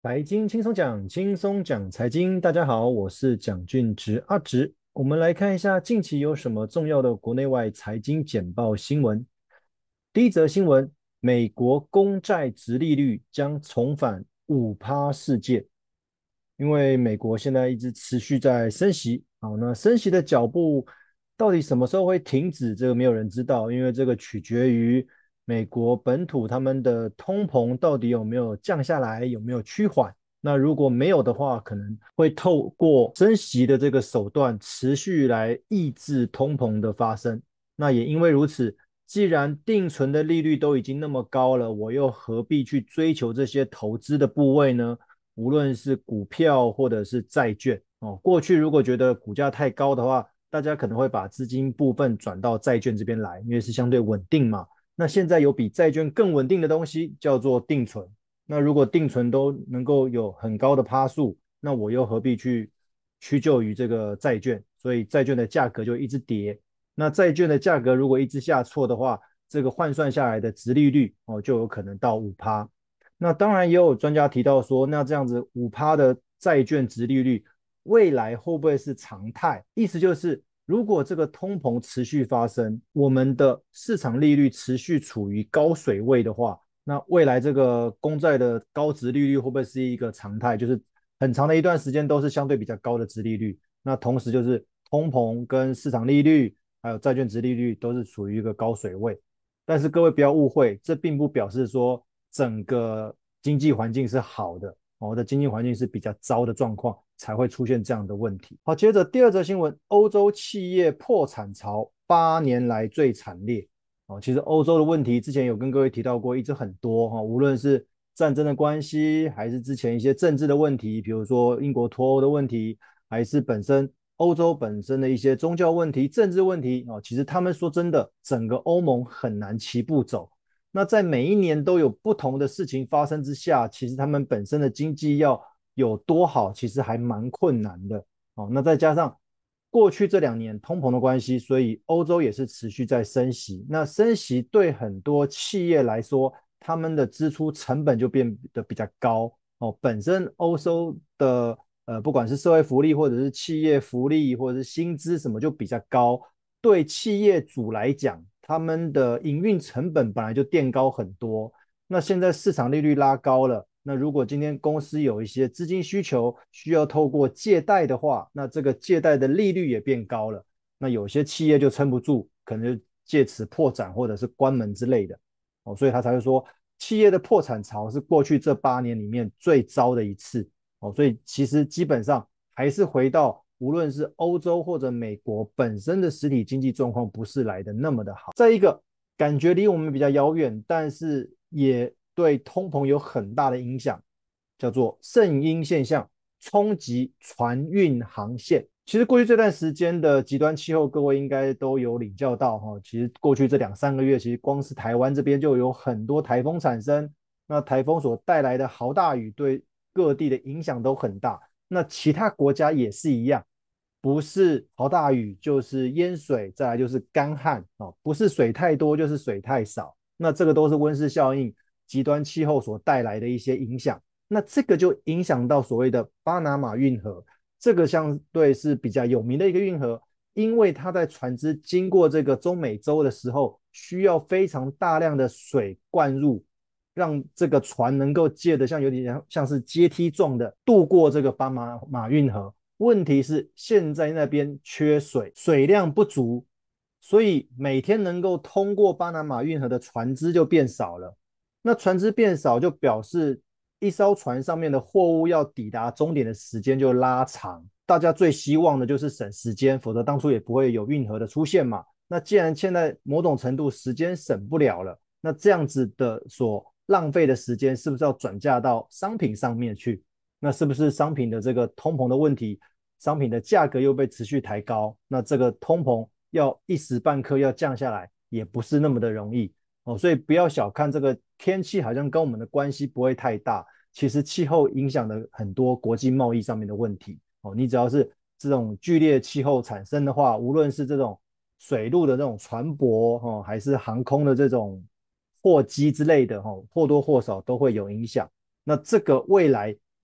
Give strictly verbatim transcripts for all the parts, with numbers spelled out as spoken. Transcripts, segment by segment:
财经轻松讲，轻松讲财经。大家好，我是蒋俊植阿植。我们来看一下近期有什么重要的国内外财经简报新闻。第一则新闻，美国公债殖利率将重返百分之五世界。因为美国现在一直持续在升息，好，那升息的脚步到底什么时候会停止？这个没有人知道，因为这个取决于美国本土他们的通膨到底有没有降下来，有没有趋缓。那如果没有的话，可能会透过升息的这个手段持续来抑制通膨的发生。那也因为如此，既然定存的利率都已经那么高了，我又何必去追求这些投资的部位呢？无论是股票或者是债券哦，过去如果觉得股价太高的话，大家可能会把资金部分转到债券这边来，因为是相对稳定嘛。那现在有比债券更稳定的东西，叫做定存。那如果定存都能够有很高的趴数，那我又何必去屈就于这个债券？所以债券的价格就一直跌。那债券的价格如果一直下挫的话，这个换算下来的殖利率哦，就有可能到百分之五。那当然也有专家提到说，那这样子百分之五的债券殖利率，未来会不会是常态？意思就是，如果这个通膨持续发生，我们的市场利率持续处于高水位的话，那未来这个公债的高殖利率会不会是一个常态？就是很长的一段时间都是相对比较高的殖利率，那同时就是通膨跟市场利率还有债券殖利率都是处于一个高水位。但是各位不要误会，这并不表示说整个经济环境是好的，我、哦、的经济环境是比较糟的状况才会出现这样的问题。好，接着第二则新闻，欧洲企业破产潮八年来最惨烈。哦，其实欧洲的问题之前有跟各位提到过，一直很多哈、哦，无论是战争的关系，还是之前一些政治的问题，比如说英国脱欧的问题，还是本身欧洲本身的一些宗教问题、政治问题哦，其实他们说真的，整个欧盟很难齐步走。那在每一年都有不同的事情发生之下，其实他们本身的经济要有多好，其实还蛮困难的哦。那再加上过去这两年通膨的关系，所以欧洲也是持续在升息。那升息对很多企业来说，他们的支出成本就变得比较高哦。本身欧洲的呃，不管是社会福利或者是企业福利或者是薪资什么就比较高，对企业主来讲，他们的营运成本本来就垫高很多。那现在市场利率拉高了，那如果今天公司有一些资金需求，需要透过借贷的话，那这个借贷的利率也变高了。那有些企业就撑不住，可能就借此破产或者是关门之类的。哦，所以他才会说，企业的破产潮是过去这八年里面最糟的一次。哦，所以其实基本上还是回到，无论是欧洲或者美国本身的实体经济状况不是来的那么的好。再一个，感觉离我们比较遥远，但是也对通膨有很大的影响，叫做圣婴现象，冲击船运航线。其实过去这段时间的极端气候，各位应该都有领教到哈。其实过去这两三个月，其实光是台湾这边就有很多台风产生，那台风所带来的豪大雨对各地的影响都很大。那其他国家也是一样，不是豪大雨就是淹水，再来就是干旱哦，不是水太多就是水太少。那这个都是温室效应、极端气候所带来的一些影响。那这个就影响到所谓的巴拿马运河，这个相对是比较有名的一个运河，因为它在船只经过这个中美洲的时候，需要非常大量的水灌入，让这个船能够借的像有点像像是阶梯状的渡过这个巴拿马运河。问题是现在那边缺水，水量不足，所以每天能够通过巴拿马运河的船只就变少了。那船只变少，就表示一艘船上面的货物要抵达终点的时间就拉长。大家最希望的就是省时间，否则当初也不会有运河的出现嘛。那既然现在某种程度时间省不了了，那这样子的所浪费的时间是不是要转嫁到商品上面去？那是不是商品的这个通膨的问题，商品的价格又被持续抬高？那这个通膨要一时半刻要降下来，也不是那么的容易哦。所以不要小看这个天气，好像跟我们的关系不会太大，其实气候影响了很多国际贸易上面的问题哦。你只要是这种剧烈气候产生的话，无论是这种水路的这种船舶哦，还是航空的这种货机之类的哦，或多或少都会有影响。那这个未来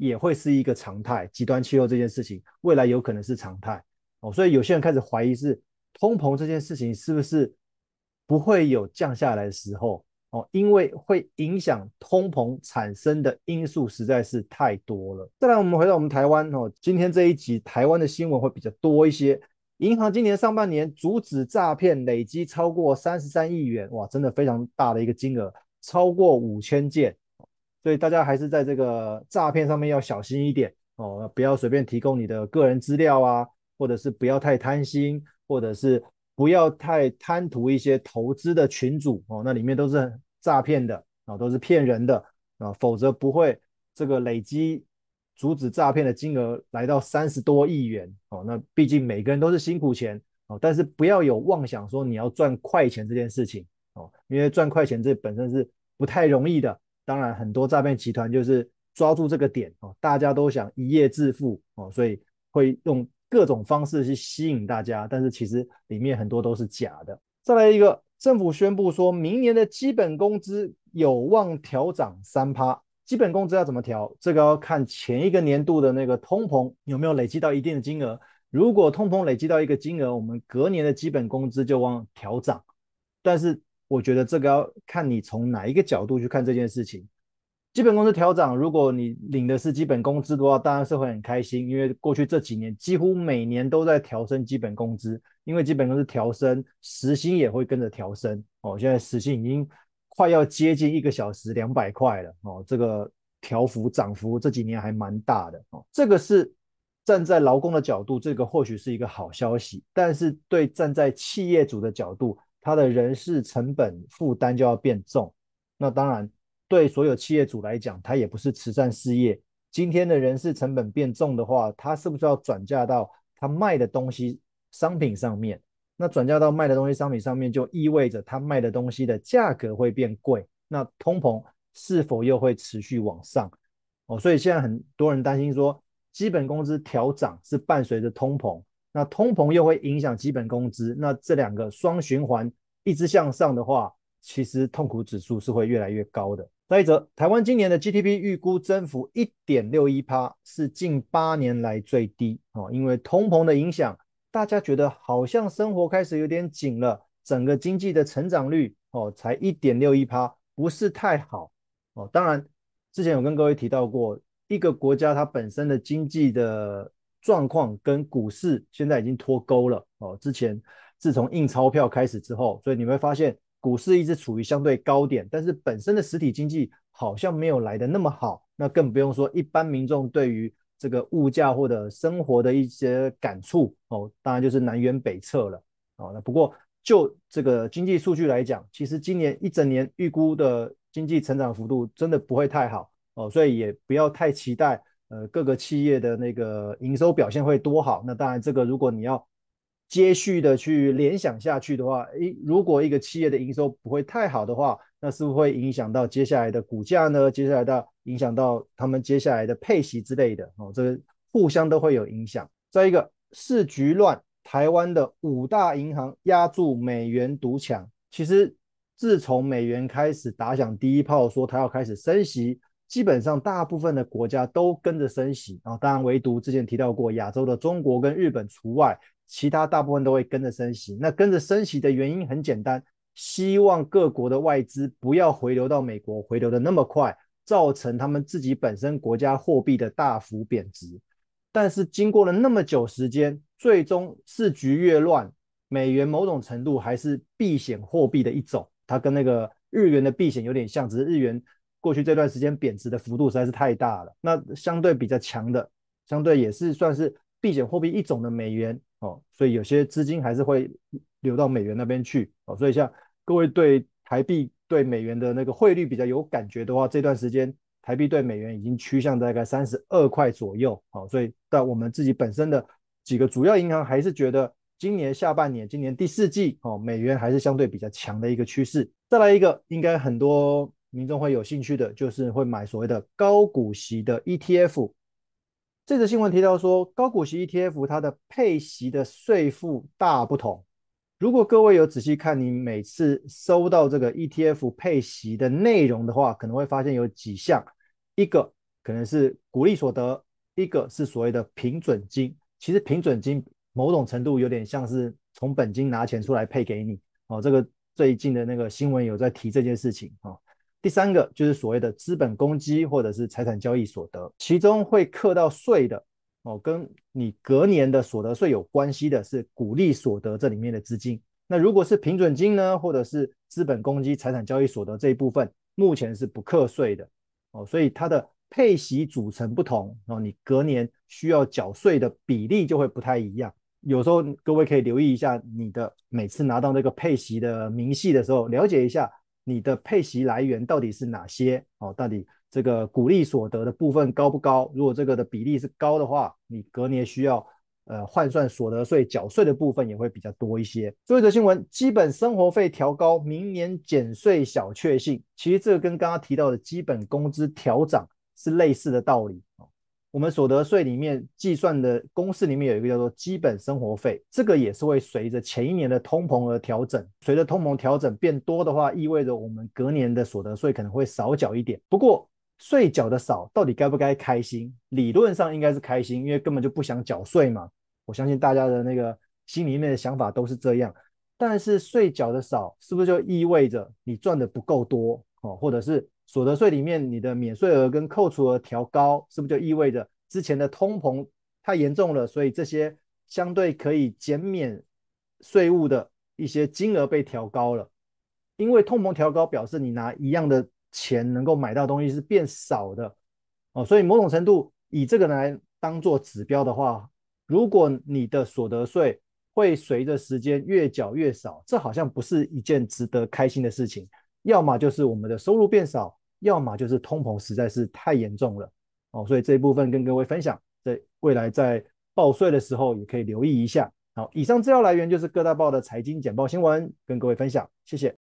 也会是一个常态，极端气候这件事情未来有可能是常态哦，所以有些人开始怀疑是通膨这件事情是不是不会有降下来的时候哦，因为会影响通膨产生的因素实在是太多了。再来，我们回到我们台湾哦，今天这一集台湾的新闻会比较多一些。银行今年上半年阻止诈骗累积超过三十三亿元，哇，真的非常大的一个金额，超过五千件。所以大家还是在这个诈骗上面要小心一点哦，不要随便提供你的个人资料啊，或者是不要太贪心，或者是不要太贪图一些投资的群组哦，那里面都是诈骗的啊、哦，都是骗人的啊、哦，否则不会这个累积阻止诈骗的金额来到三十多亿元哦。那毕竟每个人都是辛苦钱哦，但是不要有妄想说你要赚快钱这件事情哦，因为赚快钱这本身是不太容易的。当然，很多诈骗集团就是抓住这个点哦，大家都想一夜致富哦，所以会用各种方式去吸引大家，但是其实里面很多都是假的。再来一个，政府宣布说明年的基本工资有望调涨三趴。基本工资要怎么调？这个要看前一个年度的那个通膨有没有累积到一定的金额。如果通膨累积到一个金额，我们隔年的基本工资就往调涨。但是我觉得这个要看你从哪一个角度去看这件事情。基本工资调涨，如果你领的是基本工资的话，当然是会很开心，因为过去这几年几乎每年都在调升基本工资，因为基本工资调升，时薪也会跟着调升哦。现在时薪已经快要接近一个小时两百块了哦，这个调幅涨幅这几年还蛮大的哦。这个是站在劳工的角度，这个或许是一个好消息，但是对站在企业主的角度，他的人事成本负担就要变重。那当然，对所有企业主来讲，他也不是慈善事业。今天的人事成本变重的话，他是不是要转嫁到他卖的东西商品上面？那转嫁到卖的东西商品上面，就意味着他卖的东西的价格会变贵。那通膨是否又会持续往上？哦，所以现在很多人担心说，基本工资调涨是伴随着通膨，那通膨又会影响基本工资，那这两个双循环一直向上的话，其实痛苦指数是会越来越高的。再一则，台湾今年的 G D P 预估增幅 一点六一%，是近八年来最低哦。因为通膨的影响，大家觉得好像生活开始有点紧了，整个经济的成长率哦才 一点六一%，不是太好哦。当然，之前有跟各位提到过，一个国家它本身的经济的状况跟股市现在已经脱钩了哦。之前自从印钞票开始之后，所以你会发现股市一直处于相对高点，但是本身的实体经济好像没有来的那么好，那更不用说一般民众对于这个物价或者生活的一些感触哦，当然就是南辕北辙了哦。那不过就这个经济数据来讲，其实今年一整年预估的经济成长幅度真的不会太好哦，所以也不要太期待呃各个企业的那个营收表现会多好。那当然，这个如果你要接续的去联想下去的话，诶，如果一个企业的营收不会太好的话，那是不是会影响到接下来的股价呢？接下来的影响到他们接下来的配息之类的哦，这个互相都会有影响。再一个，市局乱，台湾的五大银行压住美元独强。其实自从美元开始打响第一炮，说它要开始升息，基本上大部分的国家都跟着升息啊、哦，当然唯独之前提到过亚洲的中国跟日本除外，其他大部分都会跟着升息。那跟着升息的原因很简单，希望各国的外资不要回流到美国，回流的那么快，造成他们自己本身国家货币的大幅贬值。但是经过了那么久时间，最终市局越乱，美元某种程度还是避险货币的一种，它跟那个日元的避险有点像，只是日元过去这段时间贬值的幅度实在是太大了。那相对比较强的，相对也是算是避险货币一种的美元哦，所以有些资金还是会流到美元那边去哦。所以像各位对台币对美元的那个汇率比较有感觉的话，这段时间台币对美元已经趋向大概三十二块左右，好、哦，所以在我们自己本身的几个主要银行还是觉得今年下半年，今年第四季，哦，美元还是相对比较强的一个趋势。再来一个，应该很多民众会有兴趣的，就是会买所谓的高股息的 E T F。这则新闻提到说，高股息 E T F 它的配息的税负大不同。如果各位有仔细看你每次收到这个 E T F 配息的内容的话，可能会发现有几项。一个可能是股利所得，一个是所谓的平准金。其实平准金某种程度有点像是从本金拿钱出来配给你哦，这个最近的那个新闻有在提这件事情哦。第三个就是所谓的资本公积或者是财产交易所得，其中会课到税的哦，跟你隔年的所得税有关系的是股利所得这里面的资金。那如果是平准金呢，或者是资本公积、财产交易所得这一部分，目前是不课税的哦，所以它的配息组成不同哦，你隔年需要缴税的比例就会不太一样。有时候各位可以留意一下你的每次拿到那个配息的明细的时候，了解一下你的配息来源到底是哪些哦，到底这个股利所得的部分高不高？如果这个的比例是高的话，你隔年需要呃换算所得税缴税的部分也会比较多一些。最后一则新闻，基本生活费调高，明年减税小确幸。其实这个跟刚刚提到的基本工资调涨是类似的道理。我们所得税里面计算的公式里面有一个叫做基本生活费，这个也是会随着前一年的通膨而调整。随着通膨调整变多的话，意味着我们隔年的所得税可能会少缴一点。不过税缴的少，到底该不该开心？理论上应该是开心，因为根本就不想缴税嘛。我相信大家的那个心里面的想法都是这样。但是税缴的少，是不是就意味着你赚的不够多哦？或者是所得税里面你的免税额跟扣除额调高，是不是就意味着之前的通膨太严重了，所以这些相对可以减免税务的一些金额被调高了？因为通膨调高表示你拿一样的钱能够买到东西是变少的哦，所以某种程度以这个来当做指标的话，如果你的所得税会随着时间越缴越少，这好像不是一件值得开心的事情。要么就是我们的收入变少，要么就是通膨实在是太严重了哦。所以这一部分跟各位分享，在未来在报税的时候也可以留意一下。好，以上资料来源就是各大报的财经简报新闻，跟各位分享，谢谢。